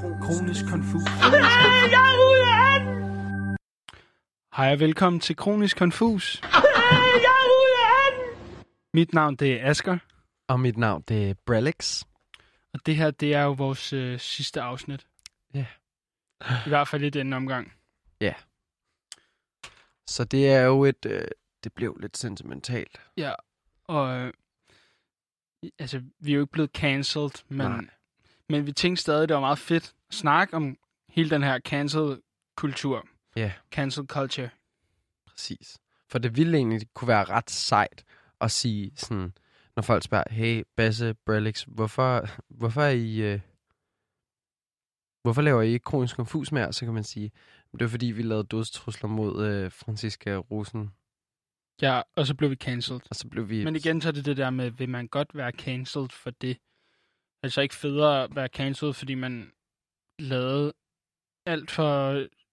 Kronisk konfus. Jeg er ude af den! Hej og velkommen til Kronisk Konfus. Jeg er ude af den! Mit navn det er Asger. Og mit navn det er Brelix. Og det her det er jo vores sidste afsnit. Ja. I hvert fald i denne omgang. Ja. Så det er jo det blev lidt sentimentalt. Ja, og altså vi er jo ikke blevet cancelled, men vi tænkte stadig, det var meget fedt at snakke om hele den her cancel-kultur. Ja. Cancel culture. Præcis. For det ville egentlig kunne være ret sejt at sige sådan, når folk spørger, hey Basse, Brelix, hvorfor er I... Hvorfor laver I ikke Kronisk Konfus mere? Så kan man sige, det er fordi, vi lavede dødstrusler mod Franziska Rosen. Ja, og så blev vi cancelled. Og så blev vi... Men igen så er det der med, vil man godt være cancelled for det? Altså ikke federe at være cancelled, fordi man lavede alt for...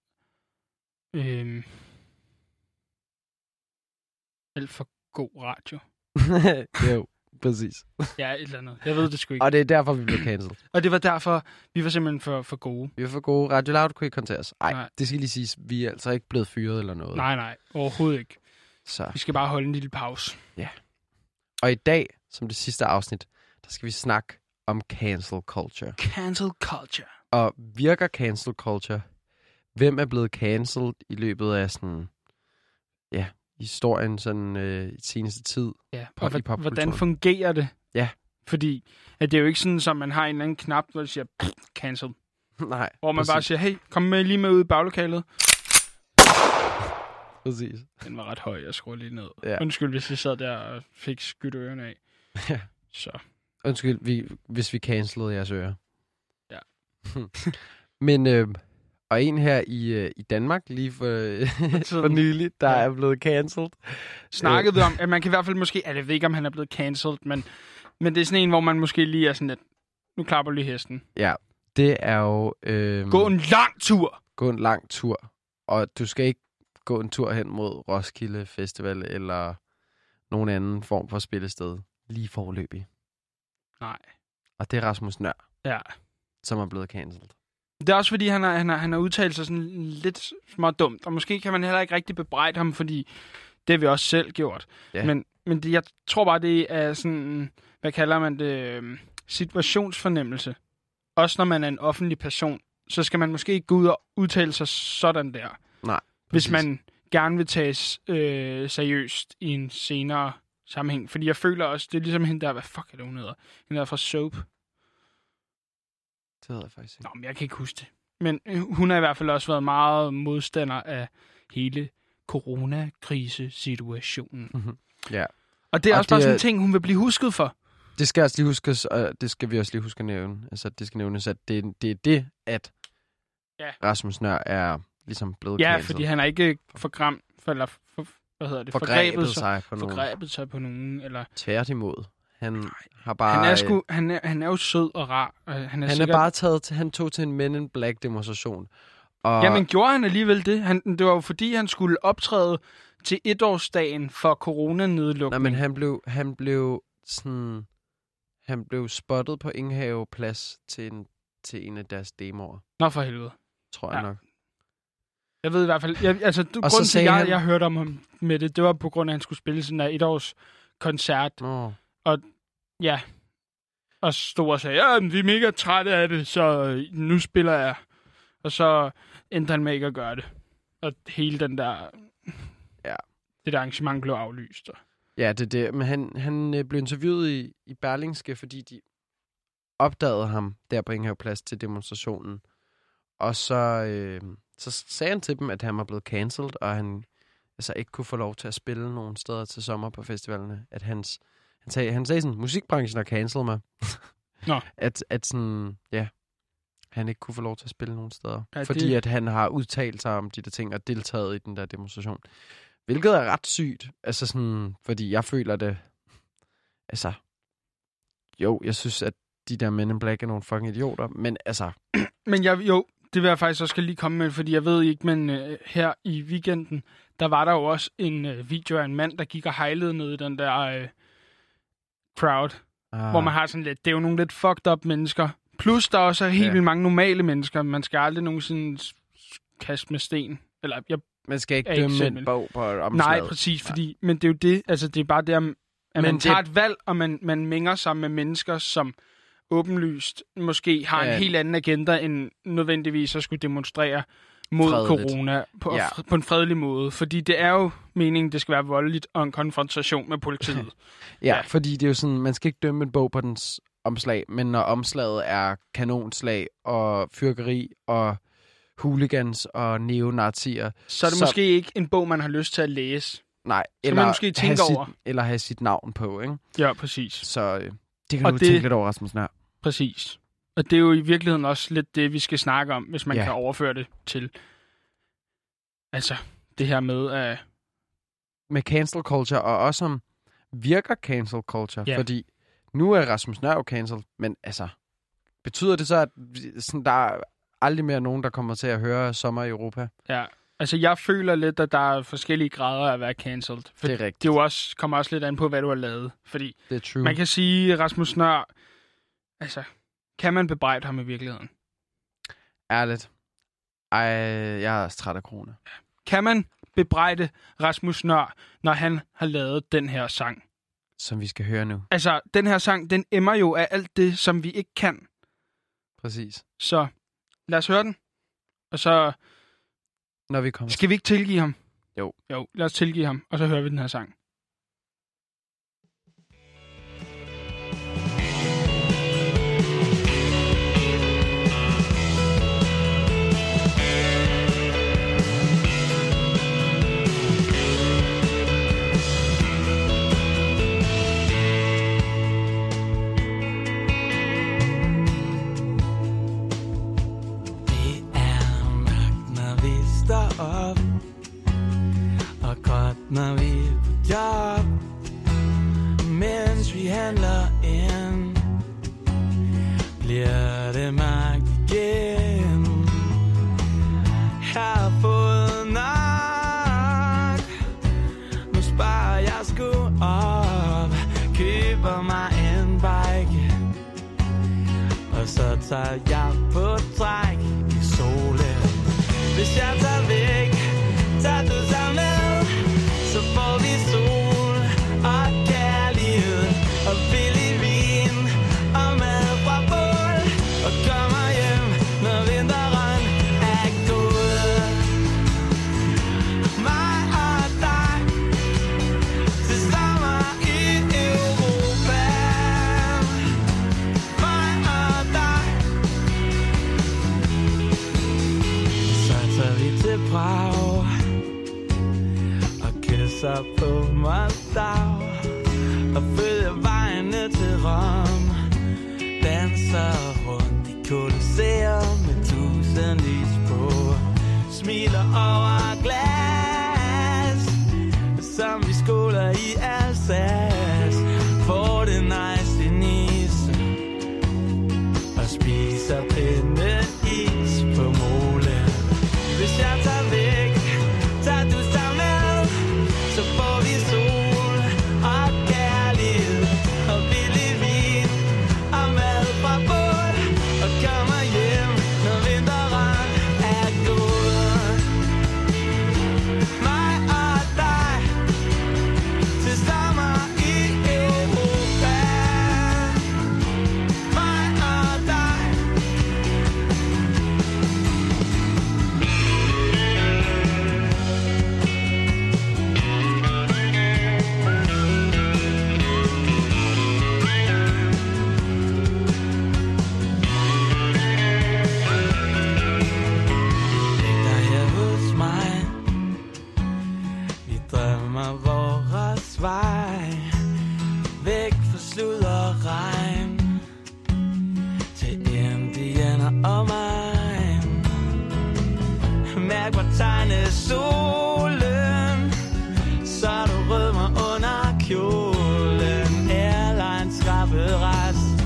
alt for god radio. Jo, præcis. Ja, et eller andet. Jeg ved det sgu ikke. Og det er derfor, vi blev cancelled. Og det var derfor, vi var simpelthen for gode. Vi var for gode. Radio Loud kunne ikke håndtere os. Nej. Det skal lige siges, vi er altså ikke blevet fyret eller noget. Nej, overhovedet ikke. Så. Vi skal bare holde en lille pause. Ja. Og i dag, som det sidste afsnit, der skal vi snakke om cancel culture. Cancel culture. Og virker cancel culture? Hvem er blevet cancelled i løbet af sådan, ja, historien sådan i seneste tid? Ja, og hvordan fungerer det? Ja. Fordi at det er jo ikke sådan, som man har en eller anden knap, hvor det siger, cancel. Nej. Hvor man bare siger, hey, kom med lige med ud i baglokalet. Præcis. Den var ret høj, jeg skruer lige ned. Ja. Undskyld, hvis jeg sad der og fik skudt ørerne af. Ja. Så. Undskyld, hvis vi cancellede jeres ører. Ja. Men, og en her i Danmark, lige for nylig, der er blevet cancelled. Snakkede vi om, at man kan i hvert fald måske, jeg ved ikke, om han er blevet cancelled, men det er sådan en, hvor man måske lige er sådan lidt, nu klapper lige hesten. Ja, det er jo... Gå en lang tur! Gå en lang tur. Og du skal ikke gå en tur hen mod Roskilde Festival eller nogen anden form for spillested lige foreløbig. Nej. Og det er Rasmus Nøhr, ja, som er blevet cancelled. Det er også fordi, han har udtalt sig sådan lidt småt dumt, og måske kan man heller ikke rigtig bebrejde ham, fordi det har vi også selv gjort. Ja. Men det, jeg tror bare, det er sådan, hvad kalder man det, situationsfornemmelse. Også når man er en offentlig person, så skal man måske ikke gå ud og udtale sig sådan der. Nej. Hvis man gerne vil tages seriøst i en senere sammenhæng. Fordi jeg føler også, det er ligesom hende der, hvad fuck er det, hun hedder? Hende der fra Soap. Det ved jeg faktisk ikke. Nå, men jeg kan ikke huske det. Men hun har i hvert fald også været meget modstander af hele coronakrisesituationen. Mm-hmm. Ja. Og det er også bare sådan en ting, hun vil blive husket for. Det skal også lige huskes, og det skal vi også lige huske at nævne. Altså, det skal nævnes, at det er det, at Rasmus Nøhr er ligesom blevet cancelled. Fordi han er ikke forgrebet sig på nogen. Eller... Tværtimod. Han har bare... Han er jo sød og rar. Han er bare han tog til en Men in Black demonstration. Og... Jamen, gjorde han alligevel det? Det var jo fordi, han skulle optræde til 1-årsdagen for coronanedlukning. Nej, men han blev spottet på Inghave Plads til en af deres demoer. Nå, for helvede. Tror jeg nok. Jeg ved i hvert fald... Grunden til, jeg hørte om ham med det var på grund af, at han skulle spille sådan en 1-års koncert. Og ja... Og stod og sagde, ja, vi er mega trætte af det, så nu spiller jeg. Og så endte han med ikke at gøre det. Og hele den der... Ja. Det der arrangement blev aflyst. Ja, det. Men han blev interviewet i Berlingske, fordi de opdagede ham der på Inghave Plads til demonstrationen. Og så sagde han til dem, at han var blevet cancelled, og han altså ikke kunne få lov til at spille nogen steder til sommer på festivalerne. At han sagde sådan, musikbranchen har cancelled mig. Nå. At sådan, ja, han ikke kunne få lov til at spille nogen steder. Ja, fordi at han har udtalt sig om de der ting og deltaget i den der demonstration. Hvilket er ret sygt. Altså sådan, fordi jeg føler det... Altså... Jo, jeg synes, at de der Men in Black er nogle fucking idioter, men altså... Men det vil jeg faktisk også lige komme med, fordi jeg ved ikke, men her i weekenden, der var der jo også en video af en mand, der gik og hejlede ned i den der crowd, hvor man har sådan lidt... Det er jo nogle lidt fucked up mennesker, Plus, der også er helt vildt mange normale mennesker. Man skal aldrig nogensinde kaste med sten. Eller, man skal ikke dømme en bog på et omslag. Nej, præcis. Fordi, men det er jo det. Altså, det er bare det, at man tager et valg, og man mænger sig med mennesker, som åbenlyst måske har en helt anden agenda, end nødvendigvis at skulle demonstrere mod corona på en fredelig måde. Fordi det er jo meningen, det skal være voldeligt og en konfrontation med politiet. Fordi det er jo sådan, man skal ikke dømme en bog på dens omslag, men når omslaget er kanonslag og fyrkeri og hooligans og neonazier, så er det måske ikke en bog, man har lyst til at læse. Nej, eller have sit navn på, ikke? Ja, præcis. Så det kan du tænke lidt over, Rasmus Nøhr. Præcis. Og det er jo i virkeligheden også lidt det, vi skal snakke om, hvis man kan overføre det til altså det her med cancel culture, og også om virker cancel culture, fordi nu er Rasmus Nøhr jo cancelled, men altså, betyder det så, at sådan, der er aldrig mere nogen, der kommer til at høre Sommer i Europa? Ja, altså jeg føler lidt, at der er forskellige grader af at være cancelled. Det er rigtigt. Det jo også, kommer også lidt an på, hvad du har lavet. Fordi det er true. Man kan sige, Rasmus Nøhr, altså, kan man bebrejde ham i virkeligheden? Ærligt. Jeg er træt af corona. Kan man bebrejde Rasmus Nøhr, når han har lavet den her sang? Som vi skal høre nu. Altså, den her sang, den emmer jo af alt det, som vi ikke kan. Præcis. Så lad os høre den. Og så når vi kommer. Skal vi ikke tilgive ham? Jo, lad os tilgive ham, og så hører vi den her sang. Op og godt, når vi er på job, mens vi handler ind, bliver det magt igen. Jeg har fået nok, nu sparer jeg sgu op, køber mig en bike, og så tager jeg på træk i solen. Hvis jeg tager væk, tager du sig med, så får vi sol og kærlighed og billig vin og mad fra bål, og kommer hjem, når vinteren er gået. Mig og dig til sommer i Europa. Mig og dig. Så tager vi til Prag og kysser på Moldau og følger vejene til Rom, danser rundt i Colosseum med tusindvis på, smiler over glas, som vi skåler i Alsace, får det nice i Nice og spiser pindeis på Målen. Hvis jeg tager væk, tager du sig med, så får vi sol og kærlighed og billig vin og mad fra bål, og kommer hjem, når vinteren er gået. Mig og dig til sommer i Europa. Mig og dig. Vores vej væk fra slud og regn til Indianer og mig. Mærk hvor tegnet solen, så du rødmer under kjolen. Airlines rappelrest,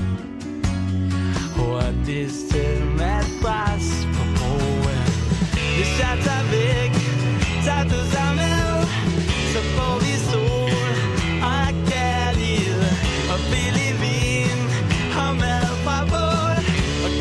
hurtigst til madras på broen. Hvis jeg tager væk, tager du sig med, så får vi sol og kærlighed og billig vin og mad fra bål, og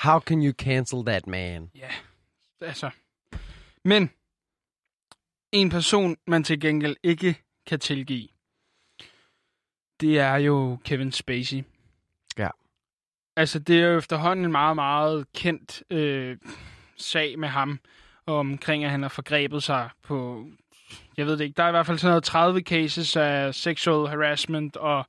How can you cancel that man? Ja, altså. Men en person, man til gengæld ikke kan tilgive, det er jo Kevin Spacey. Ja. Altså, det er jo efterhånden en meget, meget kendt sag med ham, omkring at han har forgrebet sig på, jeg ved det ikke, der er i hvert fald sådan noget 30 cases af sexual harassment og,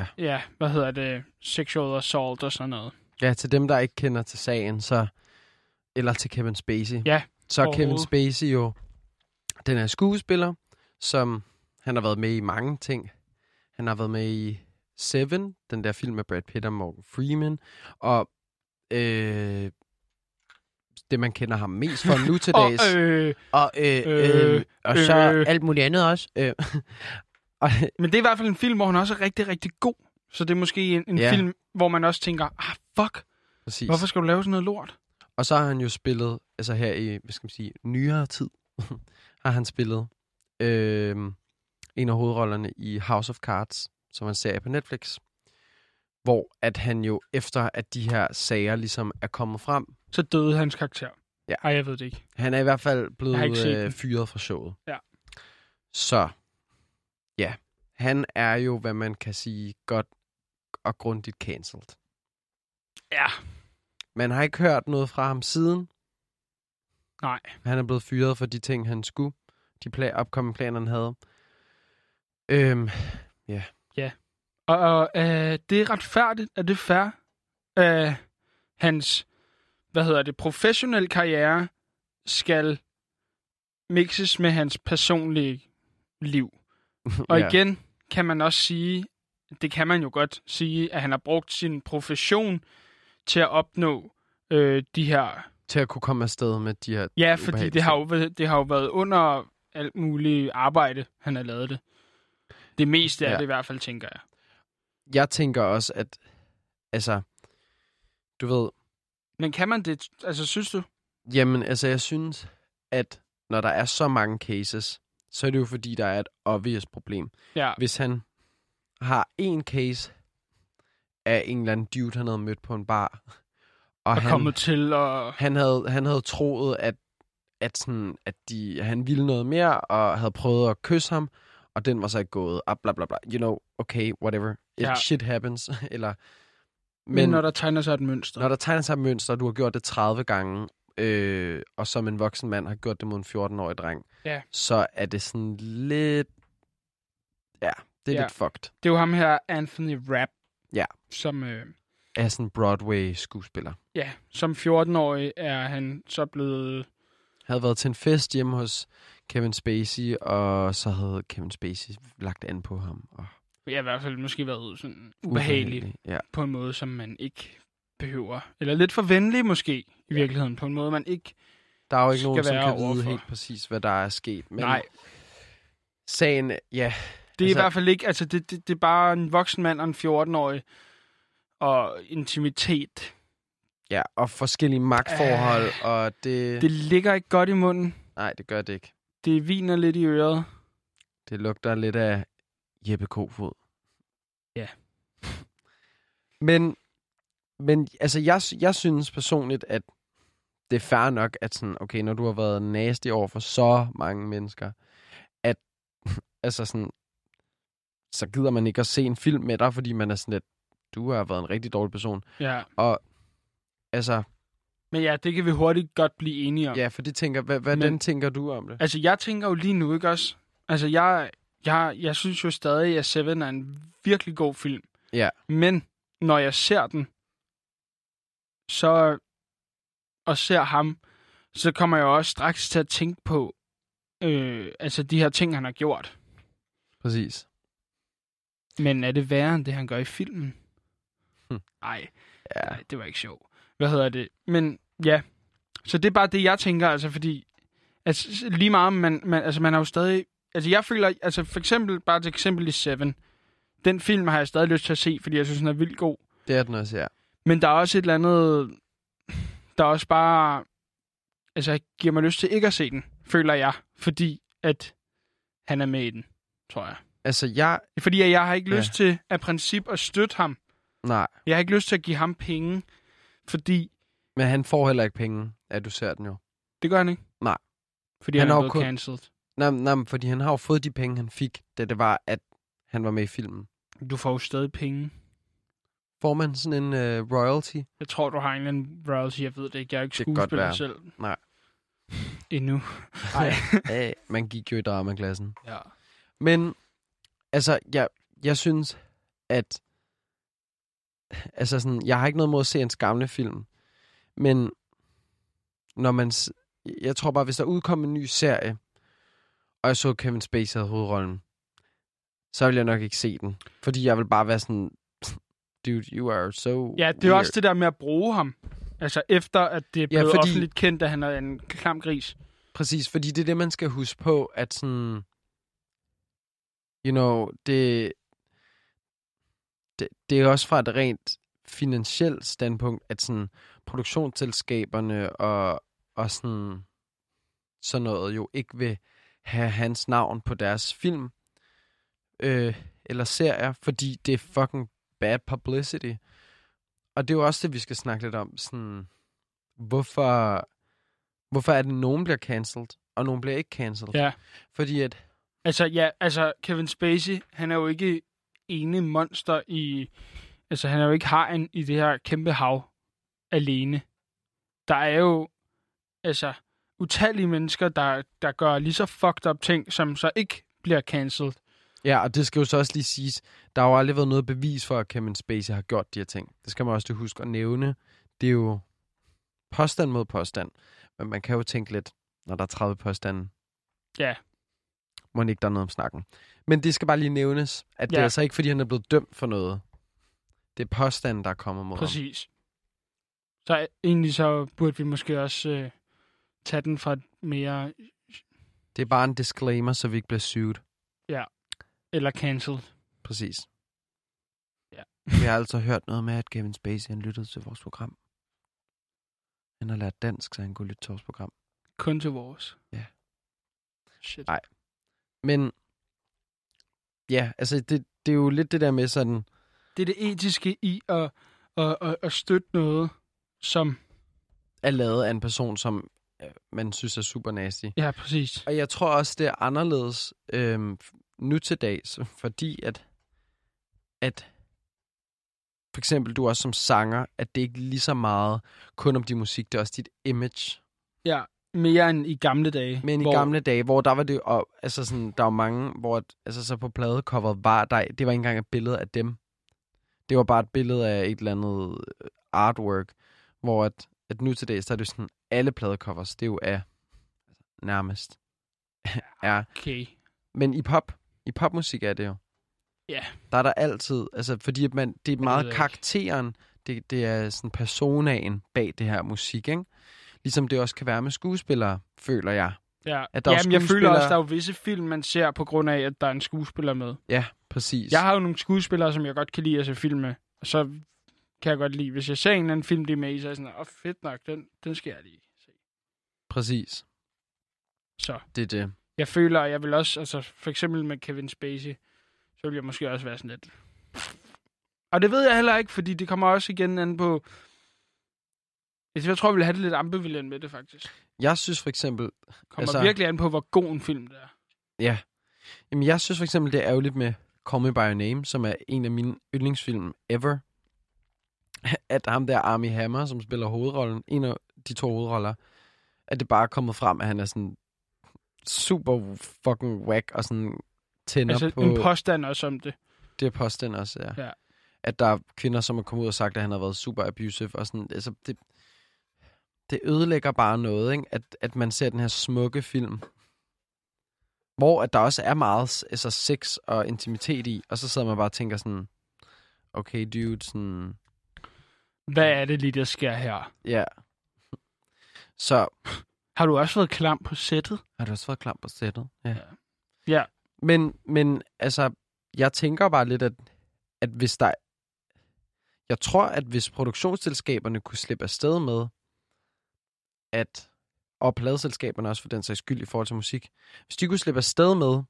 sexual assault og sådan noget. Ja, til dem, der ikke kender til sagen, så, eller til Kevin Spacey. Ja, så er Kevin Spacey jo den her skuespiller, som han har været med i mange ting. Han har været med i Seven, den der film med Brad Pitt og Morgan Freeman, og det, man kender ham mest for nu til dags. Og så alt muligt andet også. Men det er i hvert fald en film, hvor han også er rigtig, rigtig god. Så det er måske en film, hvor man også tænker, fuck, præcis. Hvorfor skal du lave sådan noget lort? Og så har han jo spillet, altså her i, hvad skal man sige, nyere tid, har han spillet en af hovedrollerne i House of Cards, som er en serie på Netflix, hvor at han jo, efter at de her sager ligesom er kommet frem, så døde hans karakter. Ja. Ej, jeg ved det ikke. Han er i hvert fald blevet fyret fra showet. Ja. Så, ja. Han er jo, hvad man kan sige, godt og grundigt cancelled. Ja. Man har ikke hørt noget fra ham siden. Nej. Han er blevet fyret for de ting, han skulle. De opkommende planer, han havde. Ja. Ja. Og det er retfærdigt, at det er fair. Hans, professionelle karriere skal mixes med hans personlige liv. Og igen kan man også sige, det kan man jo godt sige, at han har brugt sin profession til at opnå de her... Til at kunne komme afsted med de her... Ja, fordi det har jo været under alt muligt arbejde, han har lavet det. Det meste af det i hvert fald, tænker jeg. Jeg tænker også, at... Altså, du ved... Men kan man det? Altså, synes du? Jamen, altså, jeg synes, at når der er så mange cases, så er det jo fordi, der er et obvious problem. Ja. Hvis han har en case af en eller anden dude, han havde mødt på en bar, og han, kommet til og... han havde troet, at han ville noget mere, og havde prøvet at kysse ham, og den var så ikke gået, bla bla bla. You know, okay, whatever. Shit happens. Eller, men når der tegner sig et mønster. Når der tegner sig et mønster, du har gjort det 30 gange, og som en voksen mand har gjort det mod en 14-årig dreng, så er det sådan lidt... Ja, det er lidt fucked. Det er jo ham her, Anthony Rapp, som... er sådan en Broadway-skuespiller. Ja, som 14-årig er han så blevet... Havde været til en fest hjemme hos Kevin Spacey, og så havde Kevin Spacey lagt an på ham. Og... Ja, i hvert fald måske været sådan ubehagelig på en måde, som man ikke behøver. Eller lidt for venlig måske, i virkeligheden, på en måde, man ikke... Der er jo ikke nogen, som kan vide helt præcis, hvad der er sket. Men nej. Sagen, det er i hvert fald ikke... Altså, det er bare en voksen mand og en 14-årig, og intimitet. Ja, og forskellige magtforhold, og det... Det ligger ikke godt i munden. Nej, det gør det ikke. Det viner lidt i øret. Det lugter lidt af Jeppe Kofod. Ja. Men altså, jeg synes personligt, at det er fair nok, at sådan, okay, når du har været nasty over for så mange mennesker, at altså sådan, så gider man ikke at se en film med dig, fordi man er sådan lidt, du har været en rigtig dårlig person. Ja. Og altså... Men ja, det kan vi hurtigt godt blive enige om. Ja, for det tænker... Hvordan tænker du om det? Altså, jeg tænker jo lige nu, ikke også? Altså, jeg synes jo stadig, at Seven er en virkelig god film. Ja. Men når jeg ser den, så... og ser ham, så kommer jeg også straks til at tænke på altså de her ting, han har gjort. Præcis. Men er det værre end det, han gør i filmen? Nej, det var ikke sjovt. Men ja, så det er bare det, jeg tænker, altså fordi, altså lige meget, man har jo stadig, altså jeg føler, altså for eksempel, bare til eksempel i Seven, den film har jeg stadig lyst til at se, fordi jeg synes, den er vildt god. Det er den også, ja. Men der er også et eller andet, der også bare, altså giver mig lyst til ikke at se den, føler jeg, fordi at han er med i den, tror jeg. Altså fordi jeg har ikke lyst til af princip at støtte ham. Nej. Jeg har ikke lyst til at give ham penge, fordi Men han får heller ikke penge, at du ser den jo. Det gør han ikke? Nej. Fordi han er blevet cancelled? Nej, fordi han har jo fået de penge, han fik, da det var, at han var med i filmen. Du får jo stadig penge. Får man sådan en royalty? Jeg tror, du har en eller anden royalty. Jeg ved det ikke. Jeg er ikke skuespiller selv. Nej. Endnu. Nej. Man gik jo i dramaklassen. Ja. Men, altså, jeg synes, at... Altså sådan, jeg har ikke noget mod at se hans gamle film. Men, når man... Jeg tror bare, hvis der udkom en ny serie, og jeg så Kevin Spacey havde hovedrollen, så vil jeg nok ikke se den. Fordi jeg vil bare være sådan... Dude, you are so Ja, det er også det der med at bruge ham. Altså efter, at det er blevet offentligt kendt, at han er en klam gris. Præcis, fordi det er det, man skal huske på, at sådan... You know, det er også fra et rent finansielt standpunkt, at sådan produktionsselskaberne og sådan noget jo ikke vil have hans navn på deres film eller serier, fordi det er fucking bad publicity. Og det er jo også det, vi skal snakke lidt om. Sådan, hvorfor er det, nogen bliver cancelled, og nogen bliver ikke cancelled? Ja. Fordi at... Altså Kevin Spacey, han er jo ikke ene monster i... Altså, han er jo ikke hajen i det her kæmpe hav alene. Der er jo, altså, utallige mennesker, der gør lige så fucked up ting, som så ikke bliver cancelled. Ja, og det skal jo så også lige siges, der har jo aldrig været noget bevis for, at Kevin Spacey har gjort de her ting. Det skal man også huske at nævne. Det er jo påstand mod påstand. Men man kan jo tænke lidt, når der er 30 påstande. Ja. Må ikke der er noget om snakken. Men det skal bare lige nævnes, at det er altså ikke, fordi han er blevet dømt for noget. Det er påstanden, der er kommet mod ham. Præcis. Så egentlig så burde vi måske også tage den fra mere... Det er bare en disclaimer, så vi ikke bliver sued. Ja. Eller cancelled. Præcis. Ja. Vi har altså hørt noget med, at Kevin Spacey han lyttede til vores program. Han har lært dansk, så han kunne lytte til vores program. Kun til vores? Ja. Shit. Nej. Men... Ja, altså det er jo lidt det der med sådan... Det er det etiske i at støtte noget, som... er lavet af en person, som man synes er super nasty. Ja, præcis. Og jeg tror også, det er anderledes nu til dags, fordi at for eksempel du også som sanger, at det ikke lige så meget kun om din musik, det er også dit image. Ja, mere end i gamle dage. Men i gamle dage, hvor der var det, og altså sådan, der var mange, hvor altså så på pladecoveret var der, det var ikke engang et billede af dem. Det var bare et billede af et eller andet artwork, hvor at nu til dags, der er det sådan, alle pladecovers, det er jo af nærmest. Ja. Okay. Men i popmusik er det jo. Ja. Der er der altid, altså fordi at det er meget karakteren, det er sådan personaen bag det her musik, ikke? Ligesom det også kan være med skuespillere, føler jeg. Ja, jamen, jeg føler også, der er jo visse film, man ser på grund af, at der er en skuespiller med. Ja, præcis. Jeg har jo nogle skuespillere, som jeg godt kan lide at se film med, og så kan jeg godt lide, hvis jeg ser en eller anden film, de er med i, så er jeg sådan, fedt nok, den skal jeg lige se. Præcis. Så. Det er det. Jeg føler, jeg vil også, altså for eksempel med Kevin Spacey, så vil jeg måske også være sådan lidt... Og det ved jeg heller ikke, fordi det kommer også igen an på... Jeg tror, jeg vil have det lidt ambivalent med det, faktisk. Jeg synes for eksempel... Kommer virkelig an på, hvor god en film det er. Ja. Jamen, jeg synes for eksempel, det er ærgerligt med Call Me By Your Name, som er en af mine yndlingsfilm ever. At ham der Armie Hammer, som spiller hovedrollen, en af de 2 hovedroller, at det bare er kommet frem, at han er sådan super fucking whack og sådan tænder altså, på... en påstand også om det. Det er påstand også, ja. At der er kvinder, som er kommet ud og sagt, at han har været super abusive og sådan... Altså, det ødelægger bare noget, ikke? At man ser den her smukke film, hvor at der også er meget altså, sex og intimitet i, og så sidder man bare og tænker sådan, okay, dude, sådan... Hvad er det lige, der sker her? Ja. Så... Har du også været klam på sættet? Har du også været klam på sættet? Ja. Ja. Men altså, jeg tænker bare lidt, at hvis der... Jeg tror, at hvis produktionsselskaberne kunne slippe afsted med, og pladeselskaberne også for den sags skyld i forhold til musik, hvis de kunne slippe afsted med,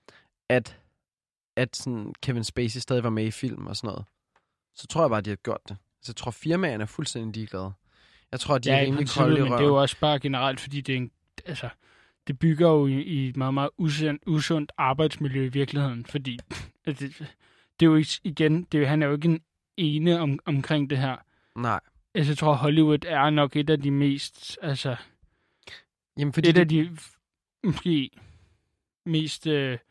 at sådan Kevin Spacey stadig var med i film og sådan noget, så tror jeg bare, at de har gjort det. Så jeg tror, firmaerne er fuldstændig ligeglade. Jeg tror, de er rimelig kolde i røven. Men det er jo også bare generelt, fordi det er en, altså, det bygger jo i et meget, meget usundt arbejdsmiljø i virkeligheden, fordi det er jo igen, han er jo ikke en ene omkring det her. Nej. Altså, jeg tror, Hollywood er nok et af de mest, altså... Jamen, fordi et af de, måske, mest,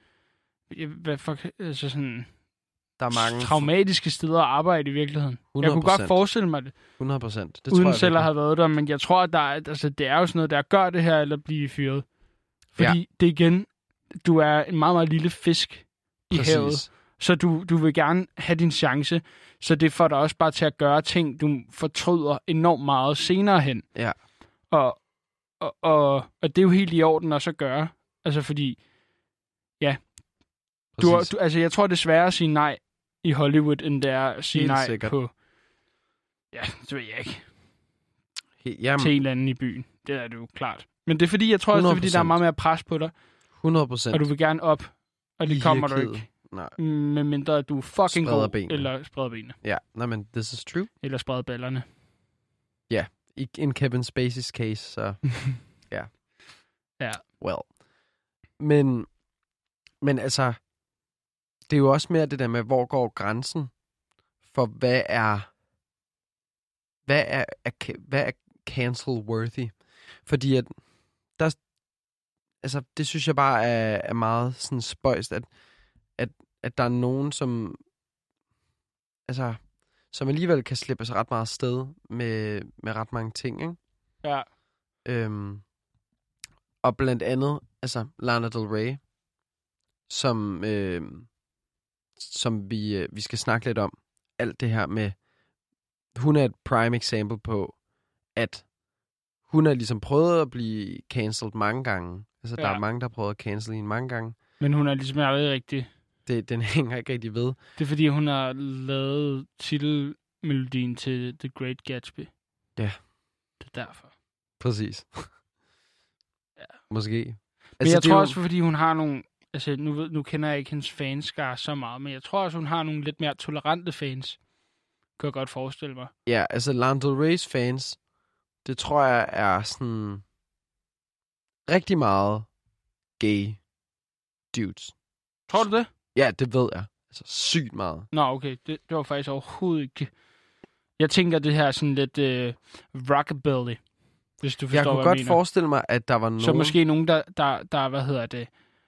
altså sådan... Der er mange traumatiske steder at arbejde i virkeligheden. 100%. Jeg kunne godt forestille mig det. 100%. Det uden tror selv at have været der, men jeg tror, at det er jo sådan noget, der gør det her, eller blive fyret. Fordi det igen, du er en meget, meget lille fisk i havet, så du vil gerne have din chance, så det får dig også bare til at gøre ting, du fortryder enormt meget senere hen. Ja. Og det er jo helt i orden også at gøre. Altså fordi, ja, altså jeg tror, det er sværere at sige nej i Hollywood, end det er at sige helt nej sikkert. På... Ja, det ved jeg ikke. Til en eller anden i byen. Det er det jo klart. Men det er fordi, jeg tror også, det er fordi, der er meget mere pres på dig. 100%. Og du vil gerne op, og det kommer du ikke. Nej. Med mindre du er fucking spreder god, benene. Eller spreder benene. Ja, nej, men this is true. Eller spreder ballerne. Ja, in Kevin Spacey's case, så... ja. Ja. Well. Men altså... Det er jo også mere det der med, hvor går grænsen for, hvad er cancel-worthy? Fordi at der, altså, det synes jeg bare er meget sådan spøjst, at der er nogen, som alligevel kan slippe sig ret meget sted med ret mange ting, ikke? Ja. Og blandt andet, altså, Lana Del Rey, som vi skal snakke lidt om. Alt det her med, hun er et prime example på, at hun har ligesom prøvet at blive cancelled mange gange. Altså, der er mange, der har prøvet at cancel hende mange gange. Men hun er ligesom aldrig rigtig... Den hænger ikke rigtig ved. Det er, fordi hun har lavet titelmelodien til The Great Gatsby. Ja. Det er derfor. Præcis. Ja. Måske. Men altså, jeg tror også, fordi hun har nogle... Altså, nu kender jeg ikke hendes fanskare så meget, men jeg tror også, hun har nogle lidt mere tolerante fans. Kan jeg godt forestille mig. Ja, altså Lana Del Rey's fans, det tror jeg er sådan rigtig meget gay dudes. Tror du det? Ja, det ved jeg. Altså sygt meget. Nå, okay. Det var faktisk overhovedet ikke... Jeg tænker, det her er sådan lidt rockabilly, hvis du forstår, jeg kunne godt forestille mig, at der var nogen... Så måske nogen, der hvad hedder det...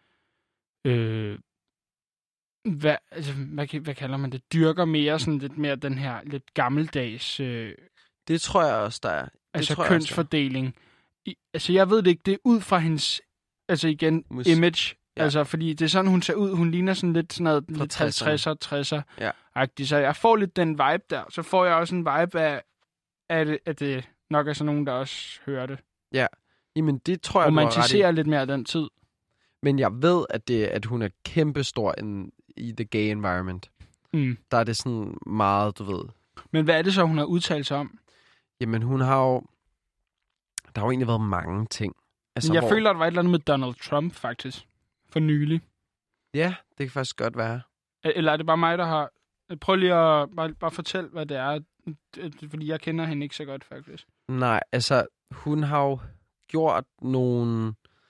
Hvad kalder man det? Dyrker mere sådan lidt mere den her lidt gammeldags... Det tror jeg også, der er. Altså kønsfordeling. Altså jeg ved det ikke, det er ud fra hendes... Altså igen, image. Ja. Altså fordi det er sådan, hun ser ud. Hun ligner sådan lidt sådan noget lidt 50'er, 60'er-agtigt. Så jeg får lidt den vibe der. Så får jeg også en vibe af, at det nok er sådan nogen, der også hører det. Ja, jamen det tror jeg, romantiserer lidt mere den tid. Men jeg ved, at hun er kæmpestor i the gay environment. Mm. Der er det sådan meget, du ved. Men hvad er det så, hun har udtalt sig om? Jamen hun har jo... Der har jo egentlig været mange ting. Altså, jeg føler, at der var et eller andet med Donald Trump, faktisk. For nylig. Ja, det kan faktisk godt være. Eller er det bare mig, der har... Prøv lige at bare fortælle, hvad det er. Fordi jeg kender hende ikke så godt, faktisk. Nej, altså hun har jo gjort nogle...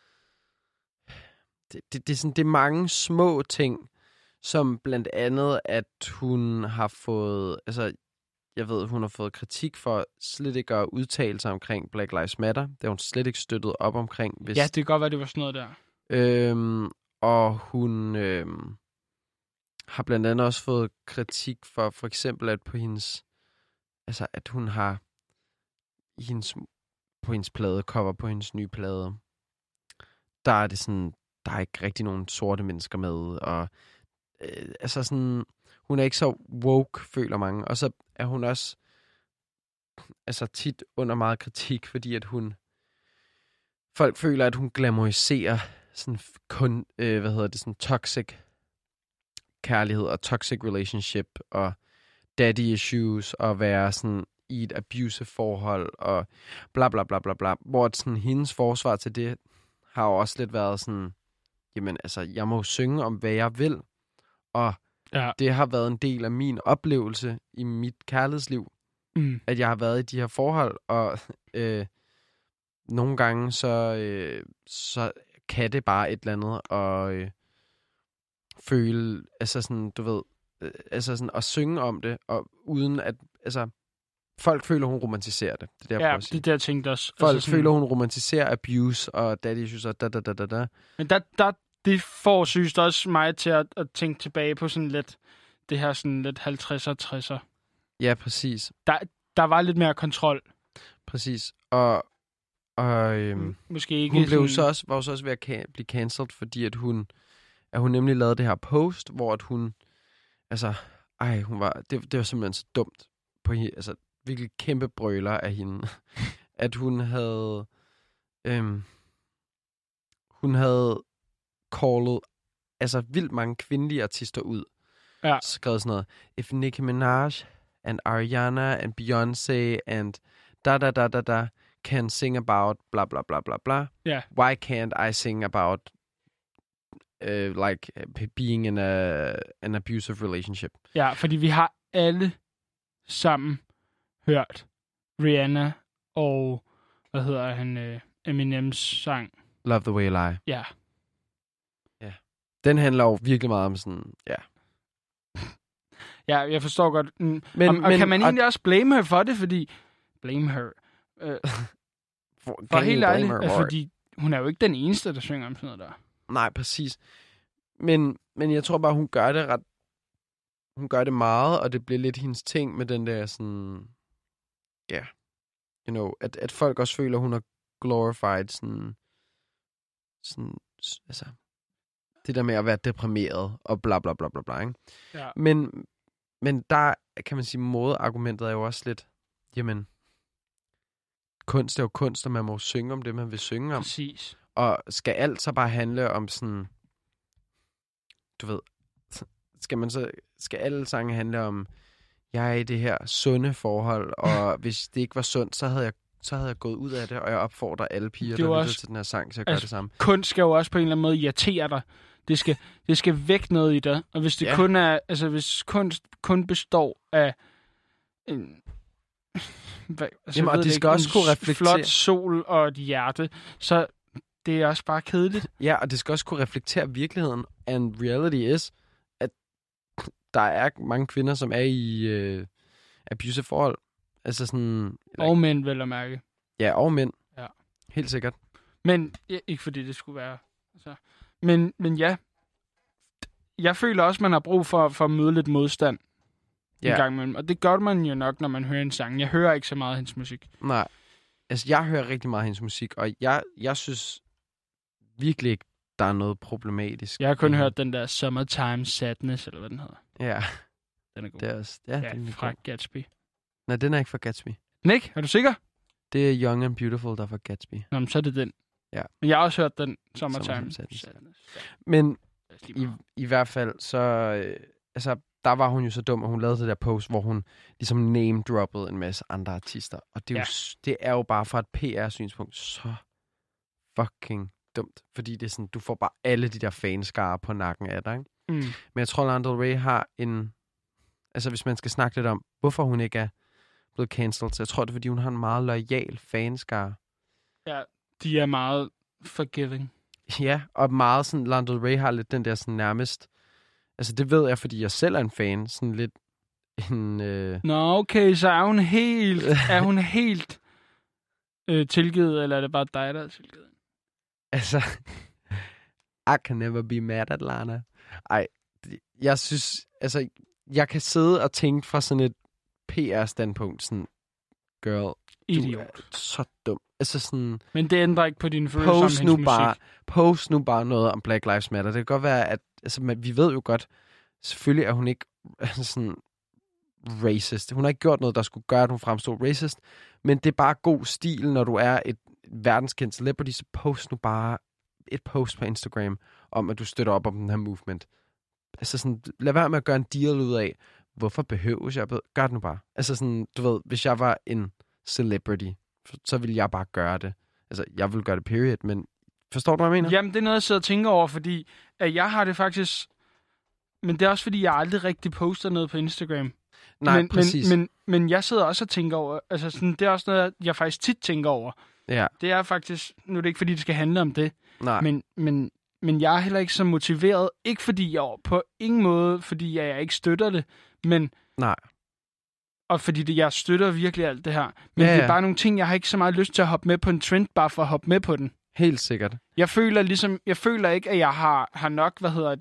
Det er mange små ting, som blandt andet, at hun har fået... Altså, jeg ved, hun har fået kritik for slet ikke at udtale sig omkring Black Lives Matter. Det har hun slet ikke støttet op omkring. Hvis... Ja, det kan godt være, det var sådan noget der. Og hun har blandt andet også fået kritik for eksempel, at på hendes... Altså, at hun har på hendes pladecover, på hendes nye plade, der er det sådan... Der er ikke rigtig nogen sorte mennesker med, og altså sådan, hun er ikke så woke, føler mange. Og så er hun også altså tit under meget kritik, fordi at folk føler, at hun glamoriserer sådan kun, sådan toxic kærlighed og toxic relationship og daddy issues og være sådan i et abusive forhold og bla bla bla bla bla. Hvor sådan hendes forsvar til det har jo også lidt været sådan, jamen altså, jeg må synge om, hvad jeg vil, og det har været en del af min oplevelse i mit kærlighedsliv, at jeg har været i de her forhold, og nogle gange så kan det bare et eller andet, og føle, altså sådan, du ved, altså sådan, at synge om det, og uden at, altså, folk føler, hun romantiserer det. Det er der, ja, det er der, jeg tænkte også. Folk altså føler, hun romantiserer abuse, og daddy issues, og da. Men det får sygt også mig til at tænke tilbage på sådan lidt, det her sådan lidt 50'er, 60'er. Ja, præcis. Der var lidt mere kontrol. Præcis. Og måske ikke hun blev så også, var så også ved at blive cancelled, fordi at hun nemlig lavede det her post, hvor at hun, altså, det var simpelthen så dumt på hende, altså virkelig kæmpe brøler af hende, at hun havde callet altså vildt mange kvindelige artister ud. Ja. Skrevet sådan noget, if Nicki Minaj and Ariana and Beyoncé and da can sing about blah blah blah blah blah. Yeah. Why can't I sing about like being in an abusive relationship? Ja, fordi vi har alle sammen hørt Rihanna og Eminems sang Love the Way You Lie. Ja. Ja. Den handler jo virkelig meget om sådan, ja. Ja, jeg forstår godt. Men kan man egentlig også blame her for det, fordi blame her. For helt ærligt, fordi hun er jo ikke den eneste, der synger om sådan noget der. Nej, præcis. Men jeg tror bare, hun gør det hun gør det meget, og det bliver lidt hendes ting med den der sådan, ja, yeah, you know, at folk også føler, hun har glorified sådan, altså, det der med at være deprimeret og bla bla bla bla bla, ikke? Ja. Men der kan man sige, modargumentet er jo også lidt, jamen, kunst er jo kunst, og man må synge om det, man vil synge om. Præcis. Og skal alt så bare handle om sådan, du ved, skal alle sange handle om, jeg er i det her sunde forhold, og hvis det ikke var sundt, så havde jeg gået ud af det, og jeg opfordrer alle piger, der lytter til den her sang, til at gøre det samme. Kunst skal jo også på en eller anden måde irritere dig. Det skal vække noget i dig. Og hvis det kun er, altså hvis kunst kun består af en, jamen, det skal også kunne reflektere. Flot sol og et hjerte, så det er også bare kedeligt. Ja, og det skal også kunne reflektere virkeligheden. And reality is, at der er mange kvinder, som er i abusive forhold. Altså sådan, og mænd, vel at mærke. Ja, og mænd. Ja. Helt sikkert. Men, ikke fordi det skulle være. Altså. Men ja, jeg føler også, man har brug for at møde lidt modstand en gang imellem. Og det gør man jo nok, når man hører en sang. Jeg hører ikke så meget af hendes musik. Nej. Altså, jeg hører rigtig meget af hendes musik, og jeg synes virkelig ikke, der er noget problematisk. Jeg har kun hørt den der Summertime Sadness, eller hvad den hedder. Ja. Den er god. Det er også, ja, den er fra god. Gatsby. Nej, den er ikke fra Gatsby. Nick, er du sikker? Det er Young and Beautiful, der er fra Gatsby. Nå, men så er det den. Ja. Men jeg har også hørt den Summertime Sadness. Ja. Men i hvert fald, så altså, der var hun jo så dum, at hun lavede det der post, hvor hun ligesom name-droppede en masse andre artister. Og det er, det er jo bare fra et PR-synspunkt så fucking dumt. Fordi det er sådan, du får bare alle de der fanskare på nakken af dig, ikke? Mm. Men jeg tror, Lana Del Rey har en, altså hvis man skal snakke lidt om, hvorfor hun ikke er blevet cancelled, så jeg tror, det er, fordi hun har en meget loyal fanskare. Ja, de er meget forgiving. Ja, og meget sådan, Lana Del Rey har lidt den der sådan nærmest, altså det ved jeg, fordi jeg selv er en fan, sådan lidt en... Nå, okay, så er hun helt tilgivet, eller er det bare dig, der er tilgivet? Altså, I can never be mad at Lana. Ej, jeg synes, altså, jeg kan sidde og tænke fra sådan et PR-standpunkt, sådan, girl, idiot. Du er så dum. Altså sådan... Men det ændrer ikke på dine følelser om hendes musik. Post nu bare noget om Black Lives Matter. Det kan godt være, at altså, vi ved jo godt, selvfølgelig er hun ikke sådan racist. Hun har ikke gjort noget, der skulle gøre, at hun fremstod racist. Men det er bare god stil, når du er et verdenskendt celebrity, så post nu bare et post på Instagram om, at du støtter op om den her movement. Altså sådan, lad være med at gøre en deal ud af, hvorfor behøves jeg? Gør det nu bare. Altså sådan, du ved, hvis jeg var en celebrity, så ville jeg bare gøre det. Altså, jeg vil gøre det period, men forstår du, hvad jeg mener? Jamen, det er noget, jeg sidder og tænker over, fordi at jeg har det faktisk... Men det er også, fordi jeg aldrig rigtig poster noget på Instagram. Nej, præcis. Men jeg sidder også og tænker over, altså sådan, det er også noget, jeg faktisk tit tænker over. Ja. Det er faktisk, nu er det ikke fordi, det skal handle om det, Nej. men jeg er heller ikke så motiveret, ikke fordi jeg på ingen måde, fordi jeg ikke støtter det, men... Nej. Og fordi jeg støtter virkelig alt det her. Men det er bare nogle ting, jeg har ikke så meget lyst til at hoppe med på en trend, bare for at hoppe med på den. Helt sikkert. Jeg føler ikke, at jeg har nok,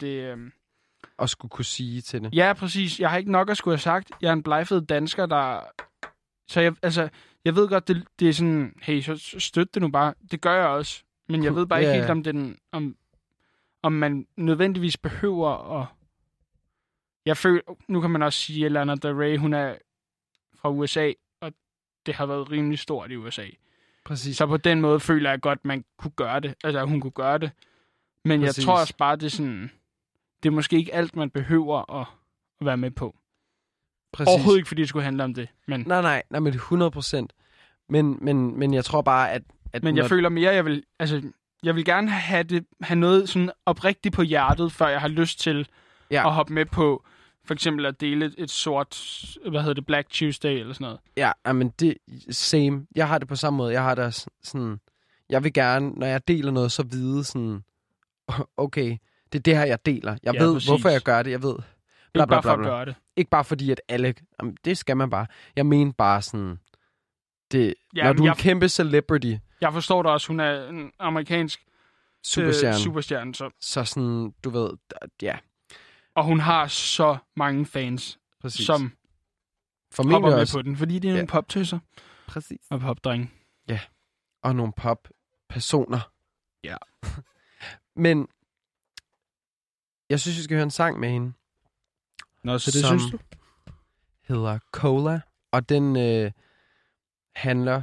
at skulle kunne sige til det. Ja, præcis. Jeg har ikke nok at skulle have sagt. Jeg er en blegfed dansker, der... Så jeg ved godt, det er sådan, hey, så støt det nu bare. Det gør jeg også. Men jeg ved bare ikke helt, om man nødvendigvis behøver at... Jeg føler... Nu kan man også sige, at Lana Del Rey, hun er fra USA, og det har været rimelig stort i USA. Præcis. Så på den måde føler jeg godt, man kunne gøre det. Altså, hun kunne gøre det. Men præcis. Jeg tror også bare, det er sådan... Det er måske ikke alt, man behøver at være med på. Præcis. Overhovedet ikke, fordi det skulle handle om det. Men... Nej, men 100%. Men jeg tror bare, at men jeg føler mere, jeg vil gerne have noget sådan oprigtigt på hjertet, før jeg har lyst til at hoppe med på, for eksempel at dele et sort, Black Tuesday eller sådan noget. Ja, men det same. Jeg har det på samme måde. Jeg har det sådan, jeg vil gerne, når jeg deler noget, så vide sådan, okay, det er det her, jeg deler. Jeg ved, præcis. Hvorfor jeg gør det. Jeg ved, bla, bla, bla, bla. Ikke bare for at gøre det. Ikke bare fordi, at alle... Jamen, det skal man bare. Jeg mener bare sådan... Det, når du er en kæmpe celebrity... Jeg forstår da også, hun er en amerikansk superstjerne. Så sådan, du ved... Ja. Og hun har så mange fans, præcis. Som hopper med på den. Fordi det er nogle poptøser. Præcis. Og popdrenge. Ja. Og nogle poppersoner. Ja. Men... Jeg synes, vi skal høre en sang med hende. Nå, så det synes du? Hedder Cola, og den handler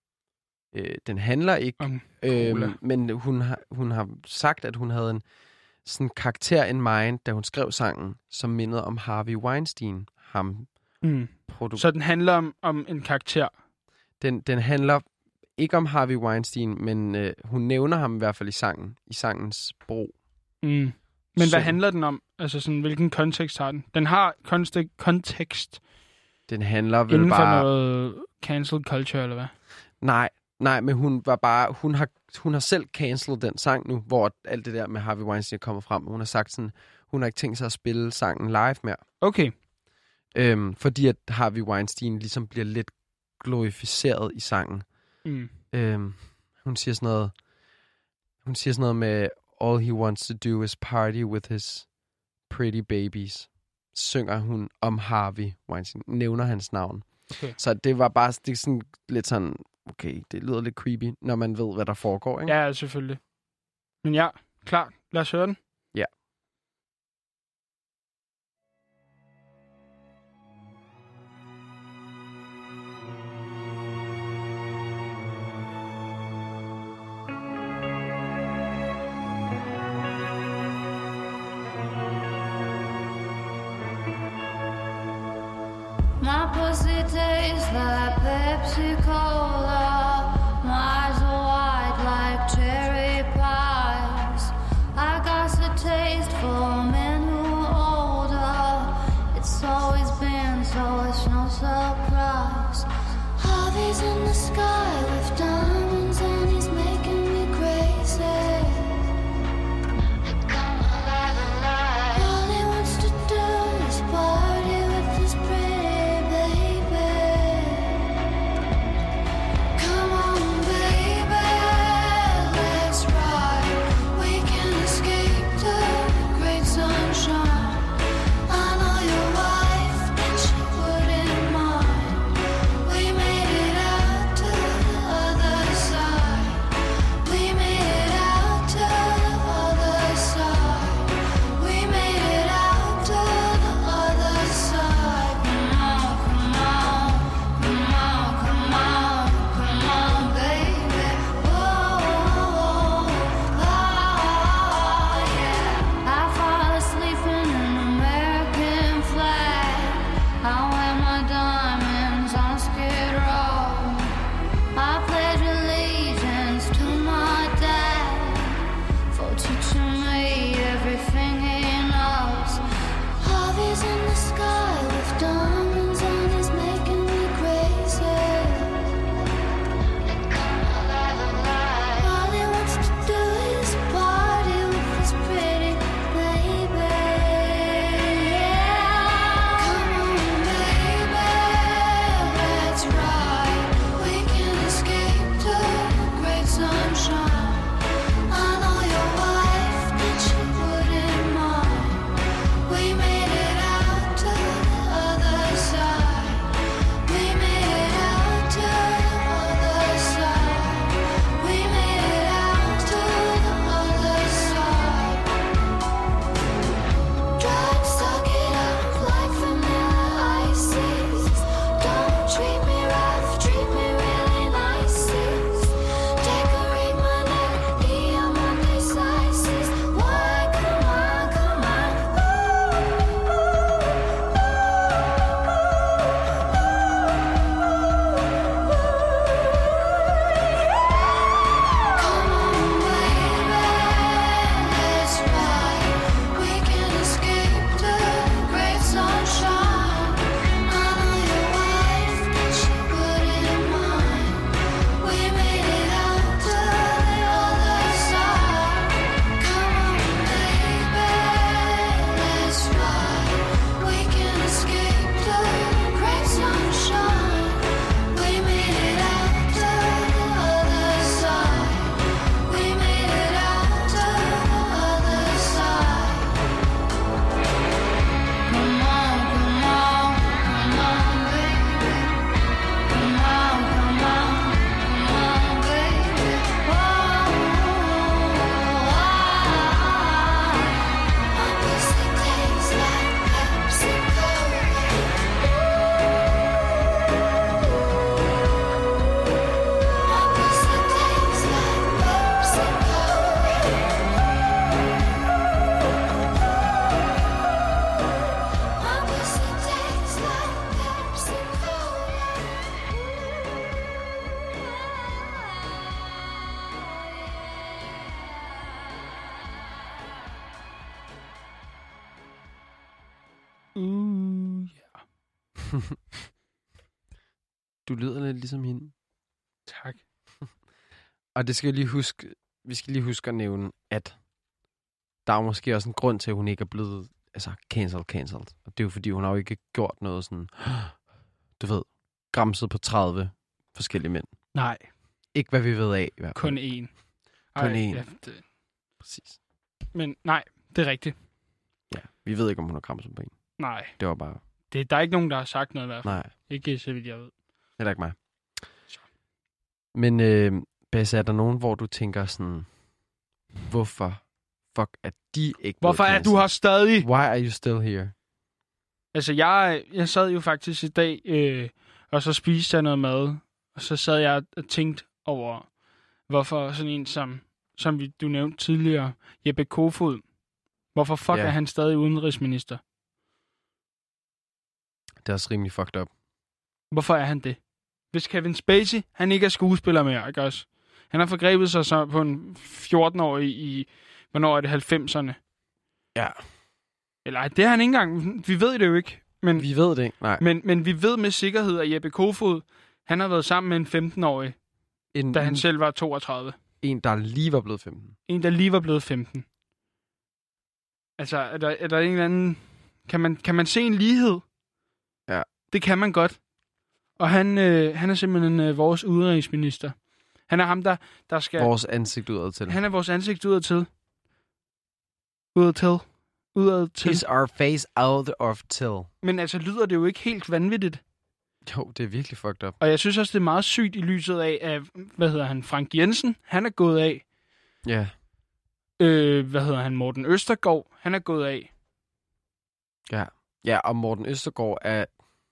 ikke, men hun har sagt, at hun havde en sådan karakter in mind, da hun skrev sangen, som mindede om Harvey Weinstein. Så den handler om en karakter? Den handler ikke om Harvey Weinstein, men hun nævner ham i hvert fald i sangens brug. Men hvad handler den om? Altså sådan, hvilken kontekst har den? Den har kontekst. Den handler vel inden for bare... noget cancel culture, eller hvad? Nej, men hun har selv cancelled den sang nu, hvor alt det der med Harvey Weinstein kommer frem. Hun har sagt sådan, hun har ikke tænkt sig at spille sangen live mere. Okay. Fordi at Harvey Weinstein ligesom bliver lidt glorificeret i sangen. Hun siger sådan noget med... All he wants to do is party with his pretty babies. Synger hun om Harvey Weinstein. Nævner hans navn. Okay. Så det var bare det er sådan, lidt sådan, okay, det lyder lidt creepy, når man ved, hvad der foregår, ikke? Ja, selvfølgelig. Men ja, klar. Lad os høre den. Ja. My pussy tastes like Pepsi Cola. My eyes are white like cherry pies. I got a taste for men who are older. It's always been so, it's no surprise. Harvey's in the sky with diamonds and he's making me crazy. All he wants to do is party with his pretty baby. Ja. Du lyder lidt ligesom hende. Tak. Og det skal vi skal lige huske at nævne, at der er måske også en grund til, at hun ikke er blevet cancelled. Og det er jo fordi, hun har jo ikke gjort noget sådan, du ved, gramset på 30 forskellige mænd. Nej. Ikke hvad vi ved af, i hvert fald. Kun én. Kun én. Ja, Præcis. Men nej, det er rigtigt. Ja, vi ved ikke, om hun har gramset på en. Nej. Det var bare... Der er ikke nogen, der har sagt noget i hvert fald. Nej. Ikke så vidt jeg ved. Det er ikke mig. Men Basse, er der nogen, hvor du tænker sådan, hvorfor fuck er de ikke... Hvorfor er du her stadig? Why are you still here? Altså, jeg sad jo faktisk i dag, og så spiste jeg noget mad, og så sad jeg og tænkte over, hvorfor sådan en som du nævnte tidligere, Jeppe Kofod, hvorfor fuck er han stadig udenrigsminister? Det er også rimelig fucked up. Hvorfor er han det? Hvis Kevin Spacey, han ikke er skuespiller mere, ikke også? Han har forgrebet sig så på en 14-årig i, hvornår er det, 90'erne? Ja. Eller det er han ikke engang. Vi ved det jo ikke. Men, vi ved det ikke, nej. Men vi ved med sikkerhed, at Jeppe Kofod, han har været sammen med en 15-årig, da han selv var 32. En, der lige var blevet 15. En, der lige var blevet 15. Altså, er der en eller anden... Kan man se en lighed? Ja. Det kan man godt. Og han er simpelthen vores udenrigsminister. Han er ham, der skal... Vores ansigt udad til. Han er vores ansigt udad til. Udad til. Is our face out of till. Men altså, lyder det jo ikke helt vanvittigt. Jo, det er virkelig fucked up. Og jeg synes også, det er meget sygt i lyset af, at, Frank Jensen, han er gået af. Ja. Morten Østergaard, han er gået af. Ja. Ja, og Morten Østergaard er...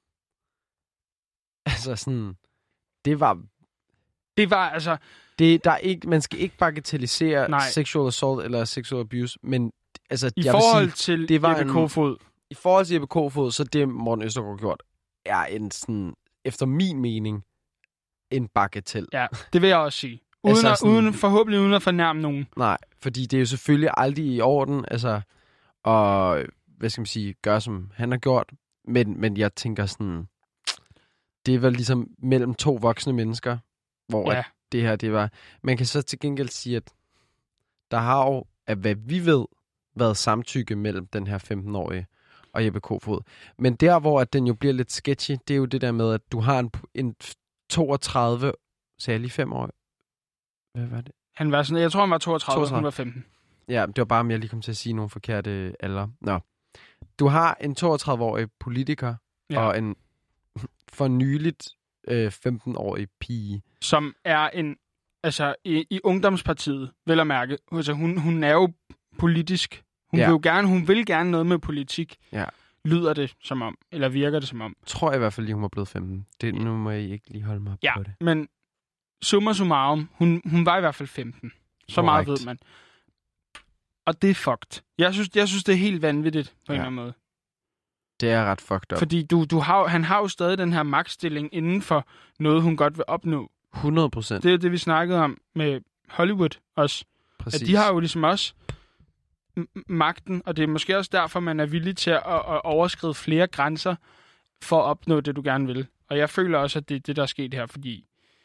Altså sådan... Det var altså... Man skal ikke bagatellisere sexual assault eller sexual abuse, men altså... I forhold til Jeppe Kofod. I forhold til Jeppe Kofod, så det Morten Østergaard gjort, er en sådan, efter min mening, en bagatel. Ja, det vil jeg også sige. Forhåbentlig uden at fornærme nogen. Nej, fordi det er jo selvfølgelig aldrig i orden, altså, og, hvad skal man sige, gøre som han har gjort, men jeg tænker sådan, det er vel ligesom mellem to voksne mennesker, hvor at det her, det var, man kan så til gengæld sige, at der har jo, at hvad vi ved, været samtykke mellem den her 15-årige og Jeppe Kofod. Men der, hvor at den jo bliver lidt sketchy, det er jo det der med, at du har en 32, sagde jeg lige 5 år. Hvad var det? Han var sådan, jeg tror, han var 32, og hun var 15. Ja, det var bare, om jeg lige kom til at sige nogle forkerte alder. Nå. Du har en 32-årig politiker og en for nyligt 15-årig pige. Som er en, altså i Ungdomspartiet, vel at mærke. Altså, hun er jo politisk. Hun vil gerne noget med politik. Ja. Lyder det som om, eller virker det som om? Tror jeg i hvert fald lige, hun var blevet 15. Nu må jeg ikke lige holde mig på det. Men summa summarum, hun var i hvert fald 15. Så meget ved man. Og det er fucked. Jeg synes det er helt vanvittigt på en eller anden måde. Det er ret fucked up. Fordi han har jo stadig den her magtstilling inden for noget, hun godt vil opnå. 100%. Det er det, vi snakkede om med Hollywood også. Præcis. At de har jo ligesom også magten, og det er måske også derfor, man er villig til at overskride flere grænser for at opnå det, du gerne vil. Og jeg føler også, at det er det, der er sket her, fordi...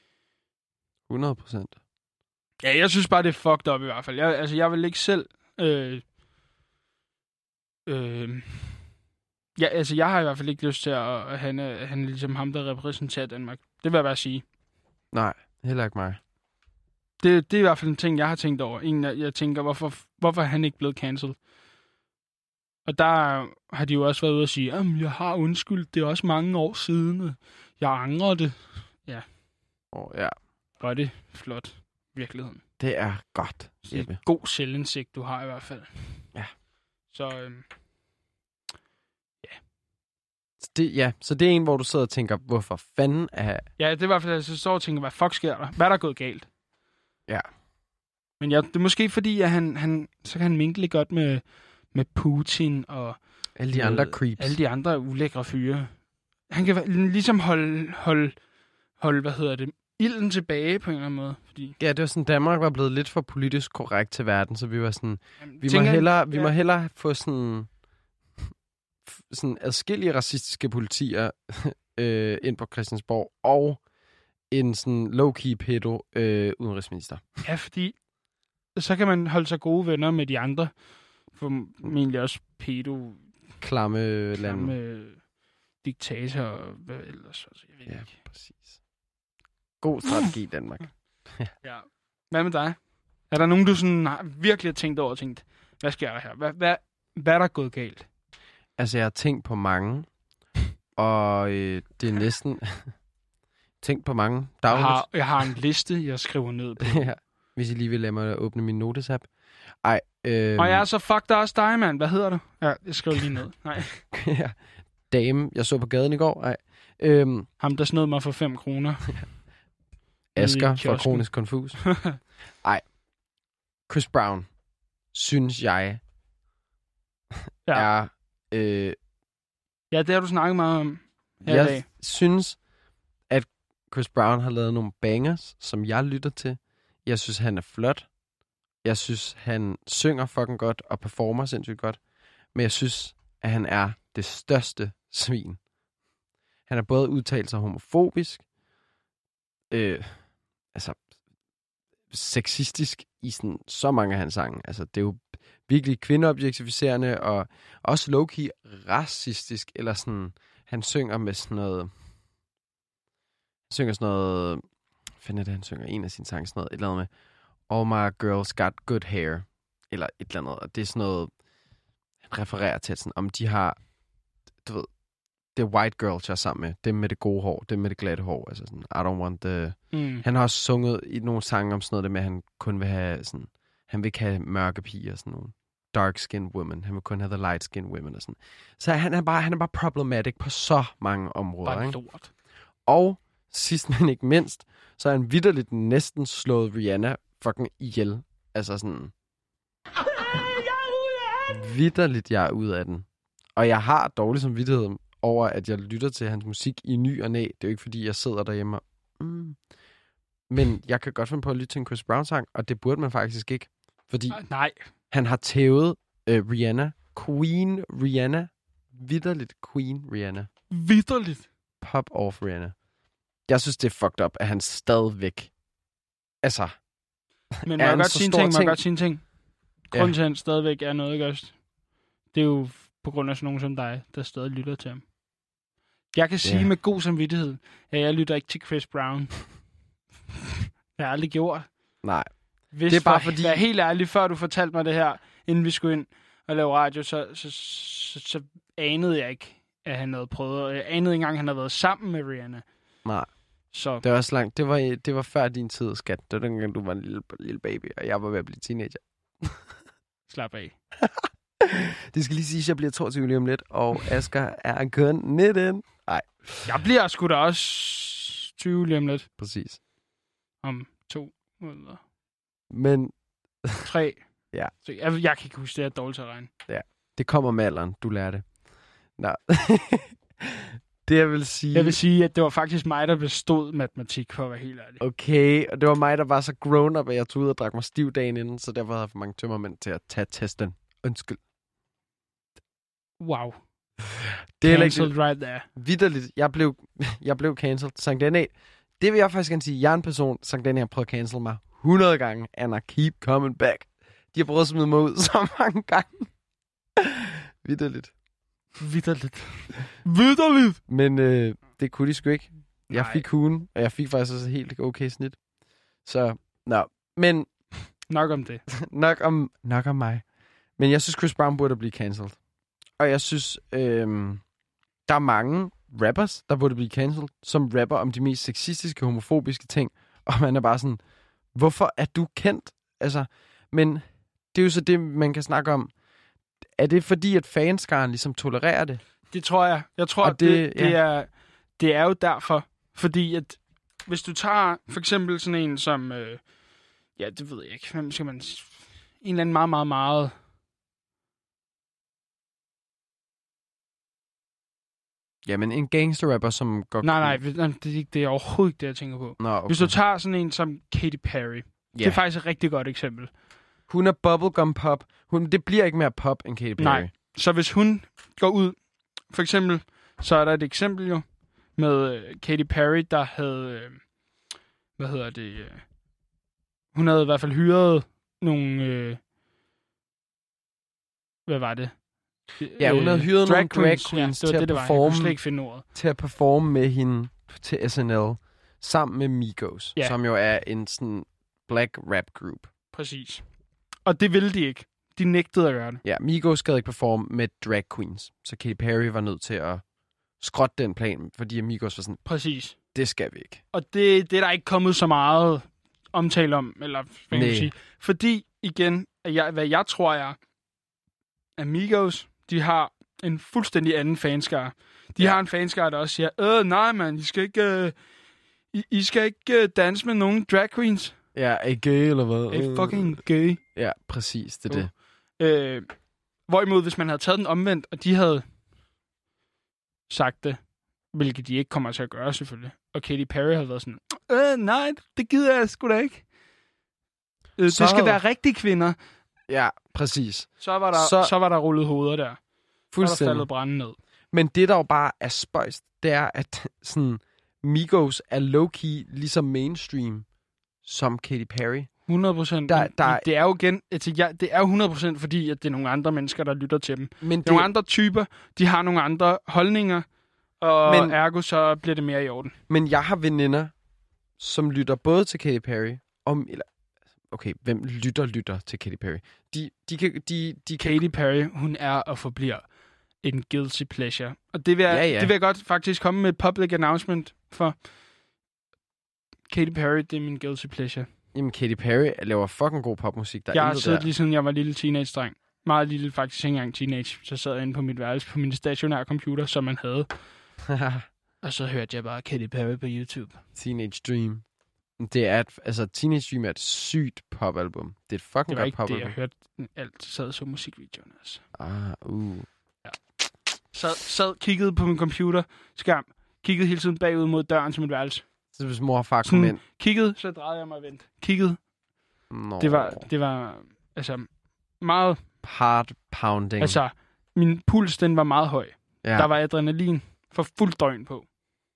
100%. Ja, jeg synes bare, det er fucked up i hvert fald. Jeg vil ikke selv... jeg har i hvert fald ikke lyst til at han er ligesom ham, der repræsenterer Danmark. Det vil jeg bare sige. Nej, heller ikke mig. Det er i hvert fald en ting, jeg har tænkt over. Jeg tænker, hvorfor er han ikke blevet cancelled? Og der har de jo også været ude og sige, jeg har undskyldt, det er også mange år siden. Jeg angrer det. Ja. Ja. Og er det flot, virkeligheden. Det er godt. Det er god selvindsigt, du har i hvert fald. Ja. Så, Så det er en, hvor du sidder og tænker, hvorfor fanden er... Ja, det er i hvert fald, at jeg står og tænker, hvad fuck sker der? Hvad er der gået galt? Ja. Men det er måske fordi, at så kan han minkle godt med Putin og... Alle de andre creeps. Alle de andre ulækre fyre. Han kan ligesom holde ilden tilbage på en eller anden måde. Fordi... Ja, det var sådan, Danmark var blevet lidt for politisk korrekt til verden, så vi var sådan... Vi må hellere få sådan... sådan adskillige racistiske politier ind på Christiansborg, og en sådan low-key pedo udenrigsminister. Ja, fordi så kan man holde sig gode venner med de andre. Formentlig også pedo... Klamme diktator og hvad ellers. Altså, jeg ved ikke. Præcis. God strategi, Danmark. Ja. Hvad med dig? Er der nogen, du sådan virkelig har tænkt over og tænkt, hvad sker der her? Hvad er der gået galt? Altså, jeg har tænkt på mange, og det er næsten... tænkt på mange dagligt. Jeg har en liste, jeg skriver ned på. Ja, hvis I lige vil lade mig åbne min notes-app. Ej, og jeg er så fuck dig også dig, mand. Hvad hedder du? Ja, jeg skriver lige ned. Nej. Ja. Dame, jeg så på gaden i går. Ej. Ham, der snød mig for 5 kroner. Asger fra Kronisk Konfus. Ej. Chris Brown, synes jeg, er... ja, det har du snakket meget om her jeg i dag. Synes, at Chris Brown har lavet nogle bangers, som jeg lytter til. Jeg synes, han er flot. Jeg synes, han synger fucking godt og performer sindssygt godt. Men jeg synes, at han er det største svin. Han har både udtalt sig homofobisk, sexistisk i sådan, så mange af hans sange. Altså, det er jo virkelig kvindeobjektificerende og også low-key racistisk, eller sådan, han synger med sådan noget, han synger en af sine sange, sådan noget, et eller andet med, All my girls got good hair, eller et eller andet, og det er sådan noget, han refererer til, sådan, om de har, du ved, det er white girls, jeg er sammen med, dem med det gode hår, dem med det glatte hår, altså sådan, I don't want the... Han har også sunget i nogle sange om sådan noget, det med, at han kun vil have sådan, han vil ikke have mørke piger, sådan nogle dark-skinned women, han vil kun have the light-skinned women, og sådan. Så han er bare problematic på så mange områder, ikke? Lort. Og sidst men ikke mindst, så er han vitterligt næsten slået Rihanna fucking ihjel. Altså sådan... Vitterligt, jeg er ude af den. Og jeg har dårlig samvittighed over, at jeg lytter til hans musik i ny og næ. Det er jo ikke, fordi jeg sidder derhjemme og... Men jeg kan godt finde på at lytte til en Chris Brown-sang, og det burde man faktisk ikke. Fordi han har tævet Rihanna. Queen Rihanna. Vitterligt Queen Rihanna. Vitterligt? Pop off Rihanna. Jeg synes, det er fucked up, at han stadigvæk... Altså... Men man kan godt sige en ting. Grunden til, at han stadigvæk er noget, ikke også? Det er jo på grund af sådan nogen som dig, der stadig lytter til ham. Jeg kan sige med god samvittighed, at jeg lytter ikke til Chris Brown. Jeg har aldrig gjort. Nej. Hvis det er bare fordi... Jeg er helt ærlig, før du fortalte mig det her, inden vi skulle ind og lave radio, så anede jeg ikke, at han havde prøvet. Jeg anede ikke engang, at han havde været sammen med Rihanna. Nej. Så. Det var også langt. Det var før din tid, skat. Det var dengang, du var en lille baby, og jeg var ved at blive teenager. Slap af. Det skal lige sige, at jeg bliver 22 lige om lidt, og Asger er kun 19. Nej. Jeg bliver sgu da også 20 lige om lidt. Præcis. Om 2 måneder. Men... 3. Ja. Så jeg kan ikke huske, det er dårligt til at regne. Ja. Det kommer med alderen. Du lærer det. Nå. Det jeg vil sige... Jeg vil sige, at det var faktisk mig, der bestod matematik, for at være helt ærlig. Okay, og det var mig, der var så grown up, at jeg tog ud og drak mig stiv dagen inden, så derfor havde jeg for mange tømmermænd til at tage testen. Undskyld. Wow. Det er cancelled right there. Vitterligt. Jeg blev cancelled. Sankt Anna, det vil jeg faktisk gerne sige. Jeg er en person, Sankt Anna har prøvet at cancel mig 100 gange, and I keep coming back. De har prøvet at smide mig ud så mange gange. Vitterligt. Men det kunne de sgu ikke. Jeg fik hugen, og jeg fik faktisk også et helt okay snit. Så, men... Nok om det. nok om mig. Men jeg synes, Chris Brown burde blive cancelled. Og jeg synes, der er mange rappers, der burde blive cancelled, som rapper om de mest sexistiske, homofobiske ting. Og man er bare sådan, hvorfor er du kendt? Altså, men det er jo så det, man kan snakke om. Er det fordi, at fanskaren ligesom tolererer det? Det tror jeg. Jeg tror, at det er jo derfor. Fordi at hvis du tager for eksempel sådan en som... det ved jeg ikke. Hvem skal man... En eller anden meget, meget, meget... Jamen, en gangsterrapper, som går... Nej, det er overhovedet ikke det, jeg tænker på. Nå, okay. Hvis du tager sådan en som Katy Perry. Det er faktisk et rigtig godt eksempel. Hun er bubblegum pop. Det bliver ikke mere pop end Katy Perry. Nej, så hvis hun går ud For eksempel, så er der et eksempel jo, med Katy Perry, der havde, hun havde i hvert fald hyret nogle, hvad var det? Ja, hun havde hyret nogle drag queens til at performe, til at performe med hende til SNL, sammen med Migos, som jo er en sådan black rap group. Præcis. Og det ville de ikke. De nægtede at gøre det. Ja, Migos skal ikke performe med drag queens, så Katy Perry var nødt til at skrotte den plan, fordi Migos var sådan, præcis. Det skal vi ikke. Og det er der ikke kommet så meget omtale om, eller hvad kan man sige. Fordi, igen, hvad jeg tror er, at Migos, de har en fuldstændig anden fanskare. De har en fanskare, der også siger, nej man, I skal ikke danse med nogen drag queens. Ja, er I gay eller hvad? Er I fucking gay? Ja, præcis, det er det. Hvorimod, hvis man havde taget den omvendt, og de havde sagt det, hvilket de ikke kommer til at gøre selvfølgelig, og Katy Perry havde været sådan, nej, det gider jeg sgu da ikke. Det skal være rigtige kvinder. Ja, præcis. Så var der rullet hoveder der. Fuldstændig. Så var der faldet branden ned. Men det, der jo bare er spøjst, det er, at sådan, Migos er low-key ligesom mainstream som Katy Perry. 100%. Det er jo igen, det er jo 100% fordi, at det er nogle andre mennesker, der lytter til dem. Men det er nogle andre typer, de har nogle andre holdninger, og ergo så bliver det mere i orden. Men jeg har veninder, som lytter både til Katy Perry, hvem lytter til Katy Perry? Katy Perry, hun er og forbliver en guilty pleasure. Og det vil jeg godt faktisk komme med et public announcement for. Katy Perry, det er min guilty pleasure. Jamen, Katy Perry laver fucking god popmusik. Jeg har siddet lige siden jeg var lille teenage-dreng. Meget lille, faktisk ikke engang teenage. Så sad jeg inde på mit værelse på min stationære computer, som man havde. Og så hørte jeg bare Katy Perry på YouTube. Teenage Dream. Det er Teenage Dream er et sygt popalbum. Det er et fucking godt popalbum. Det var ikke det, jeg hørte alt. Sad så musikvideoerne altså. Ja. Sad, kiggede på min computerskærm. Kiggede hele tiden bagud mod døren til mit værelse. Så hvis mor og far kom ind. Kiggede, så drejede jeg mig og vendte. Kiggede. No. Det var altså meget heart pounding. Altså, min puls, den var meget høj. Ja. Der var adrenalin for fuldt døgn på.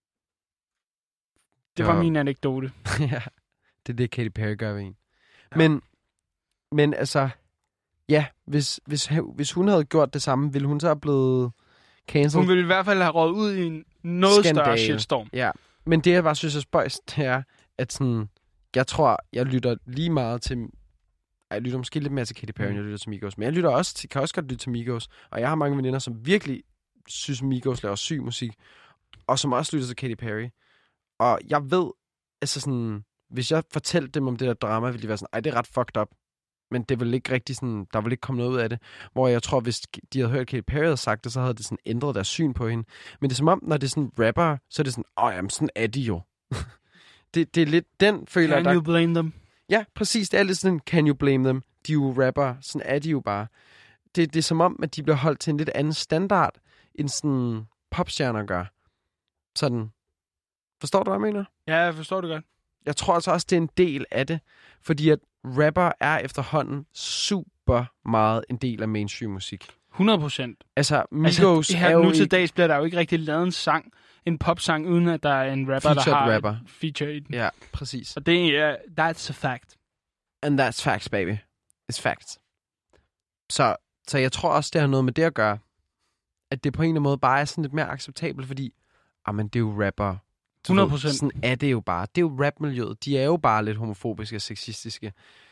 Det var min anekdote. Ja, det er det, Katy Perry gør ved en. Ja. Men altså, ja, hvis hun havde gjort det samme, ville hun så have blevet cancelled? Hun ville i hvert fald have rådet ud i en noget større shitstorm. Ja, men det, jeg bare synes er spøjst, det er, at sådan, jeg tror, jeg lytter lige meget til... Jeg lytter måske lidt mere til Katy Perry, end jeg lytter til Migos. Men jeg lytter også kan også godt lytte til Migos. Og jeg har mange veninder, som virkelig synes, Migos laver syg musik. Og som også lytter til Katy Perry. Og jeg ved, altså sådan... Hvis jeg fortalte dem om det der drama, ville de være sådan, ej, det er ret fucked up. Men det vil ikke rigtig sådan... Der vil ikke komme noget ud af det. Hvor jeg tror, hvis de havde hørt Katy Perry havde sagt det, så havde det sådan ændret deres syn på hende. Men det er som om, når det er sådan rapper, så er det sådan, jamen, sådan er de jo. det er lidt den, føler jeg, Can you blame them? Ja, præcis. Det er lidt sådan, can you blame them? De er jo rapper. Sådan er de jo bare. Det er som om, at de bliver holdt til en lidt anden standard, end sådan popstjerner gør. Sådan. Forstår du, hvad jeg mener? Ja, jeg forstår det godt. Jeg tror altså også, det er en del af det. Fordi at rapper er efterhånden super meget en del af mainstream musik. 100%. Altså, Migos er jo nu til dags bliver der jo ikke rigtig lavet en sang, en popsang, uden at der er en rapper, der har et feature i den. Ja, præcis. Og det er, that's a fact. And that's facts, baby. It's facts. Så jeg tror også, det har noget med det at gøre, at det på en eller anden måde bare er sådan lidt mere acceptabelt, fordi, men det er jo rapper. 100%. Sådan er det jo bare. Det er jo rapmiljøet. De er jo bare lidt homofobiske og sexistiske.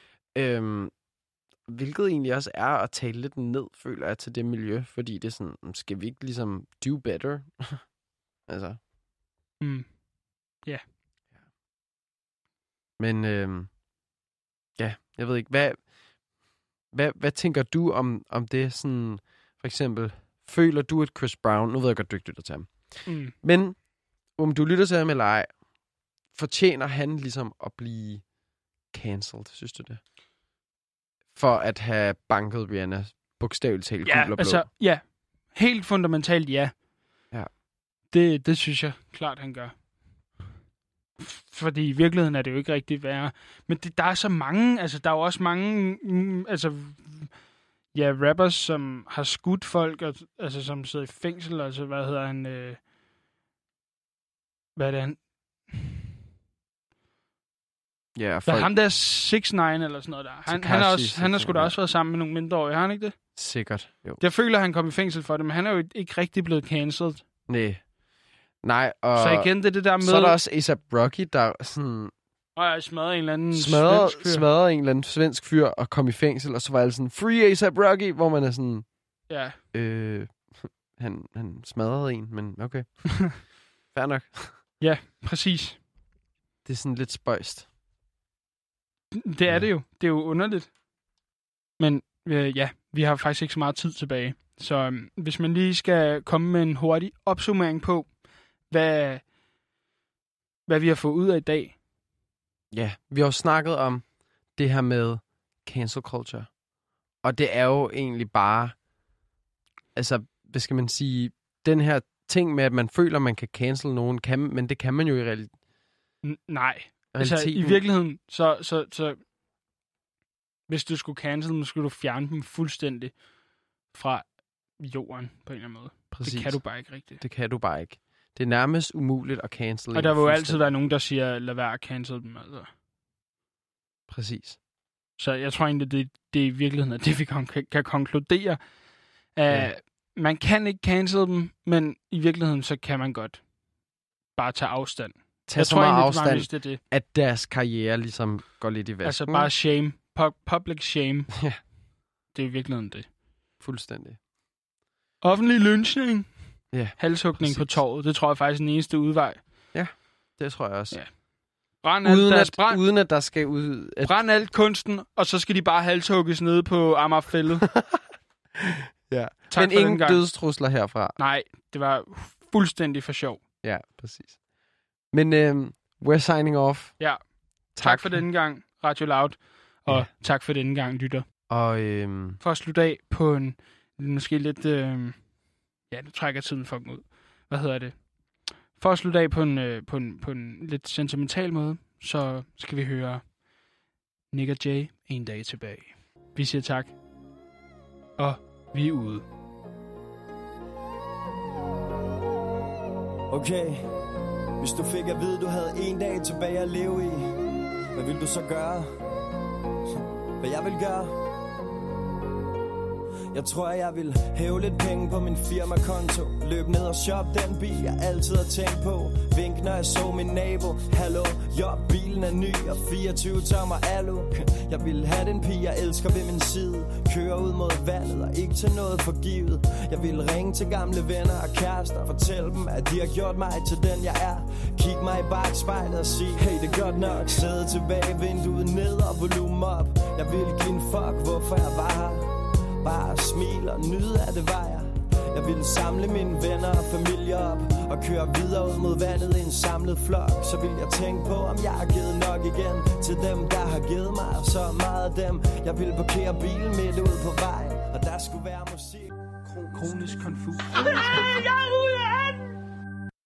Hvilket egentlig også er at tale lidt ned, føler jeg, til det miljø, fordi det er sådan, skal vi ikke ligesom do better? Altså. Ja. Men, ja, jeg ved ikke, hvad tænker du om det, sådan, for eksempel, føler du, at Chris Brown, nu ved jeg godt, du ikke lytter til ham, men om du lytter til ham eller ej, fortjener han ligesom at blive cancelled, synes du det? For at have banket Rihanna bogstaveligt talt gul og blå. Altså, ja. Helt fundamentalt, ja. Ja. Det synes jeg klart, han gør. Fordi i virkeligheden er det jo ikke rigtig værre. Men der er så mange, altså der er jo også mange, altså Ja, rappers, som har skudt folk, og, altså som sidder i fængsel, altså hvad hedder han... hvad er det han... Ja, folk... ham der 6ix9ine eller sådan noget der. Han har sgu da også været sammen med nogle mindreårige, har han ikke det? Sikkert, jo. Jeg føler, han kom i fængsel for det, men han er jo ikke rigtig blevet cancelled. Nej, og... Så igen, det der med... Så er der også A$AP Rocky, der sådan... jeg smadrede en eller anden svensk fyr. Smadrede en eller anden svensk fyr og kom i fængsel, og så var alle sådan, free A$AP Rocky, hvor man er sådan... Ja. Han smadrede en, men okay. Fair nok. Ja, præcis. Det er sådan lidt spøjst. Det er det jo. Det er jo underligt. Men vi har faktisk ikke så meget tid tilbage. Så hvis man lige skal komme med en hurtig opsummering på, hvad vi har fået ud af i dag. Ja, vi har jo snakket om det her med cancel culture. Og det er jo egentlig bare, altså, hvad skal man sige, den her ting med, at man føler, man kan cancel nogen, men det kan man jo i realiteten. Nej. Altså, i virkeligheden, så hvis du skulle cancel, så skulle du fjerne dem fuldstændig fra jorden, på en eller anden måde. Præcis. Det kan du bare ikke rigtigt. Det kan du bare ikke. Det er nærmest umuligt at cancel. Og der vil jo altid være nogen, der siger, lad være at cancel dem, altså. Præcis. Så jeg tror egentlig, det i virkeligheden er det, vi kan konkludere. Man kan ikke cancel dem, men i virkeligheden, så kan man godt bare tage afstand. Jeg tror egentlig, afstand, det. At deres karriere ligesom går lidt i vasken. Altså bare shame. Public shame. Ja. Det er i virkeligheden det. Fuldstændig. Offentlig lynchning. Ja. Halshugning på torvet. Det tror jeg faktisk er den eneste udvej. Ja, det tror jeg også. Ja. Uden at der skal ud... Brænd alt kunsten, og så skal de bare halshugges nede på Amagerfællet. Ja. Tak. Men ingen dødstrusler herfra. Nej, det var fuldstændig for sjov. Ja, præcis. Men we're signing off. Ja. Tak for denne gang, Radio Loud. Og tak for denne gang, lytter. Og for at slutte af på en måske lidt... nu trækker tiden fucking ud. Hvad hedder det? For at slutte af på en lidt sentimental måde, så skal vi høre Nick og Jay en dag tilbage. Vi siger tak. Og vi er ude. Okay. Hvis du fik at vide, du havde en dag tilbage at leve i, hvad vil du så gøre? Hvad jeg vil gøre? Jeg tror, jeg vil hæve lidt penge på min firmakonto. Løb ned og shop den bil, jeg altid har tænkt på. Vink, når jeg så min nabo. Hallo, jo, bilen er ny og 24 tommer alu. Jeg vil have den pige, jeg elsker ved min side. Køre ud mod vandet og ikke til noget forgivet. Jeg vil ringe til gamle venner og kærester og fortælle dem, at de har gjort mig til den, jeg er. Kig mig i bagspejlet og sige, hey, det er godt nok. Sæde tilbage, vinduet ned og volumen op. Jeg vil give en fuck, hvorfor jeg var her. Bare smil og nyde af det var jeg. Jeg ville samle mine venner og familie op og køre videre ud mod vandet i en samlet flok. Så vil jeg tænke på, om jeg har givet nok igen til dem, der har givet mig så meget af dem. Jeg ville parkere bilen midt ud på vej, og der skulle være musik. Kronisk konfus.